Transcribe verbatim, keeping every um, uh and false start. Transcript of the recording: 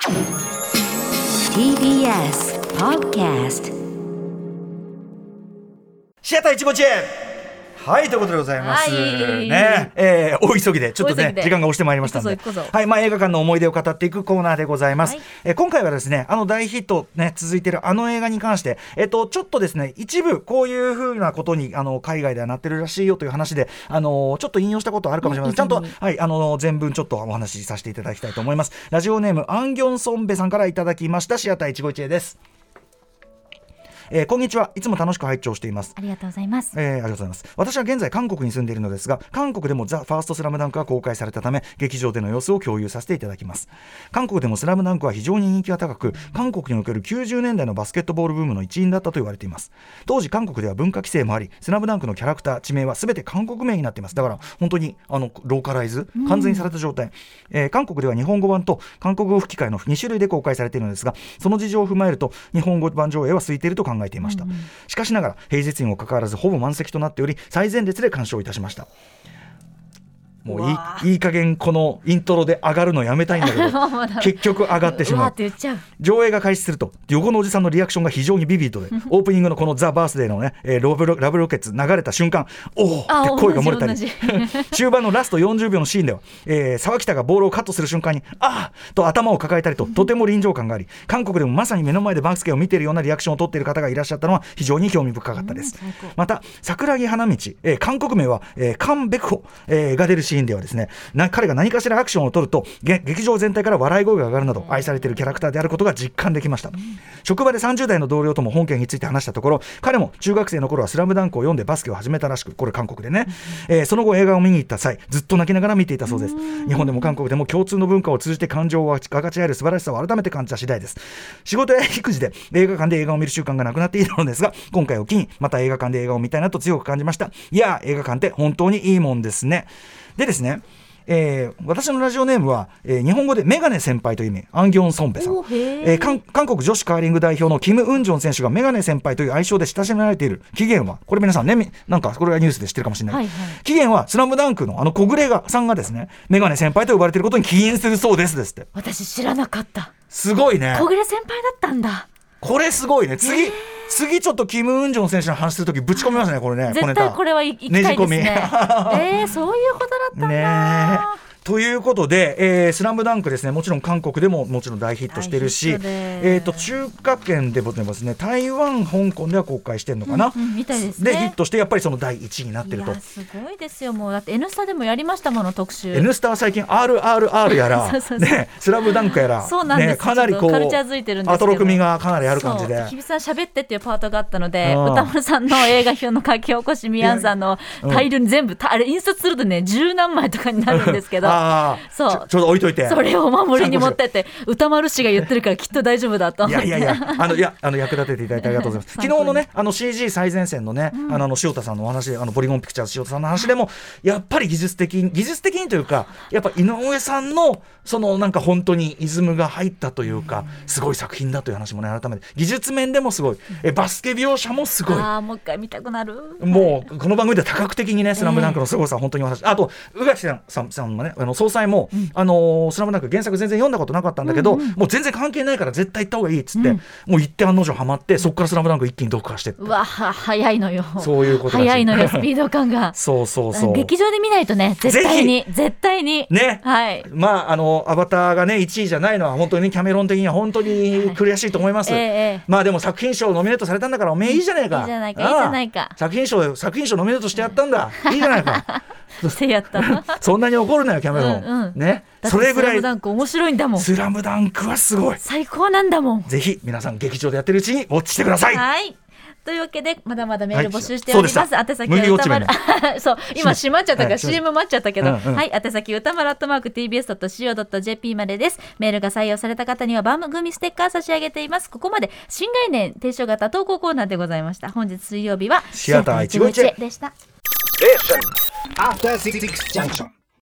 ティービーエス Podcast シアターいちごちへはい、ということでございます、はいねえー、大急ぎでちょっとね時間が押してまいりましたので、はい、まあ、映画館の思い出を語っていくコーナーでございます、はい。えー、今回はですね、あの大ヒット、ね、続いているあの映画に関して、えー、とちょっとですね一部こういう風なことにあの海外ではなってるらしいよという話で、あのー、ちょっと引用したことあるかもしれません、ちゃんと、はい、あのー、全文ちょっとお話しさせていただきたいと思います。ラジオネームアンギョンソンベさんからいただきました。シアターいちごちへです。えー、こんにちは。いつも楽しく拝聴しています。 ありがとうございます、 えー、ありがとうございます。私は現在韓国に住んでいるのですが、韓国でもザ・ファーストスラムダンクが公開されたため、劇場での様子を共有させていただきます。韓国でもスラムダンクは非常に人気が高く、韓国におけるきゅうじゅうねんだいのバスケットボールブームの一因だったと言われています。当時韓国では文化規制もあり、スラムダンクのキャラクター地名は全て韓国名になっています。だから本当にあのローカライズ完全にされた状態、えー、韓国では日本語版と韓国語吹き替えのにしゅるいで公開されているのですが、その事情を踏まえると日本語版上映は空いていると考えていました。うんうん、しかしながら平日にもかかわらずほぼ満席となっており、最前列で鑑賞いたしました。もういい、いい加減このイントロで上がるのやめたいんだけど結局上がってしまう。上映が開始すると横のおじさんのリアクションが非常にビビッドでオープニングのこのザ・バースデーのね、えー、ラブロ、ラブロケッツ流れた瞬間、おおって声が漏れたり終盤のラストよんじゅうびょうのシーンでは、えー、沢北がボールをカットする瞬間にあーと頭を抱えたりと、とても臨場感があり、韓国でもまさに目の前でバスケを見ているようなリアクションを取っている方がいらっしゃったのは非常に興味深かったです。また桜木花道、えー、韓国名は、えー、カン・ベクホ、えー、が出るシーンではですね、な彼が何かしらアクションを取ると劇場全体から笑い声が上がるなど愛されているキャラクターであることが実感できました。職場でさんじゅうだいの同僚とも本件について話したところ、彼も中学生の頃はスラムダンクを読んでバスケを始めたらしく、これ韓国でね、えー、その後映画を見に行った際ずっと泣きながら見ていたそうです。日本でも韓国でも共通の文化を通じて感情を分かち合える素晴らしさを改めて感じた次第です。仕事や育児で映画館で映画を見る習慣がなくなっていたのですが、今回を機にまた映画館で映画を見たいなと強く感じました。いや映画館って本当にいいもんですね。でですね、えー、私のラジオネームは、えー、日本語でメガネ先輩という意味、アンギョンソンベさん、えー、韓, 韓国女子カーリング代表のキム・ウンジョン選手がメガネ先輩という愛称で親しめられている起源は、これ皆さんね、なんかこれがニュースで知ってるかもしれない、はいはい、起源はスラムダンクのあの小暮がさんがですね、メガネ先輩と呼ばれていることに起因するそうですですって。 私知らなかった。 すごいね、 小暮先輩だったんだ。 これすごいね。次、えー、次ちょっとキム・ウンジョン選手の話するときぶち込みますね、これね。 絶対これは行きたいですね。ねじ込みえー、そういうことだったんだね。 ということで、えー、スラムダンクですね、もちろん韓国でももちろん大ヒットしてるし、えー、と中華圏でもですね、台湾、香港では公開してるのかな、 うんうん、みたいですね。 でヒットしてやっぱりそのだいいちいになってると。 いやすごいですよ。もうだって N スタでもやりましたもの、特集。 N スタは最近 アールアールアール やらそうそうそう、ね、スラムダンクやらそうなんです、ね、 かなりこうカルチャーづいてるんですけど、 アトロ組がかなりある感じで、 日比さん喋ってっていうパートがあったので、歌丸さんの映画表の書き起こし、ミヤンさんの大量に全部、あれ印刷するとね十何枚とかになるんですけどあそうちょうど置いといて、 それをお守りに持ってって、歌丸氏が言ってるからきっと大丈夫だと思って。 いやいやいや、あのいやあの役立てていただいてありがとうございます昨日のね、あの シージー 最前線のね、うん、あの塩田さんのお話、あのポリゴンピクチャーズ塩田さんの話でもやっぱり技術的に技術的にというか、やっぱ井上さんのそのなんか本当にイズムが入ったというか、すごい作品だという話もね、改めて技術面でもすごい、えバスケ描写もすごい。 あもう一回見たくなる。 もうこの番組では多角的にね、スラムダンクのすごさ、本当にお話、あと宇垣さんさんさんもね、あの総裁も、うん、あのスラムダンク原作全然読んだことなかったんだけど、うんうん、もう全然関係ないから絶対行った方がいいっつって、うん、もう行って案の定ハマって、そこからスラムダンク一気に読破してって。 うわ早いのよ。 そういうこと早いのよ、スピード感がそうそうそう、 劇場で見ないとね、絶対に絶対にね、はい、まああのアバターがねいちいじゃないのは本当にキャメロン的には本当に悔しいと思います、はい、えー、まあでも作品賞ノミネートされたんだから、おめえいいじゃないか、 いいじゃないか、いいじゃないか、 作品賞作品賞ノミネートしてやったんだいいじゃないかしてやったそんなに怒るなよキャメロン、うんうん、ね、それぐらいスラムダンク面白いんだもん。 スラムダンクはすごい最高なんだもん。 ぜひ皆さん劇場でやってるうちにウォッチしてください。 はい、というわけでまだまだメール募集しております、はい、宛先は歌丸そう今閉まっちゃったから シーエム 待っちゃったけど、うんうん、はい、宛先歌丸アットマーク ティービーエスドットシーオードットジェーピー までです。メールが採用された方には番組ステッカー差し上げています。ここまで新概念提唱型投稿コーナーでございました。本日水曜日はシアターいちごいちでした。 After Six Junction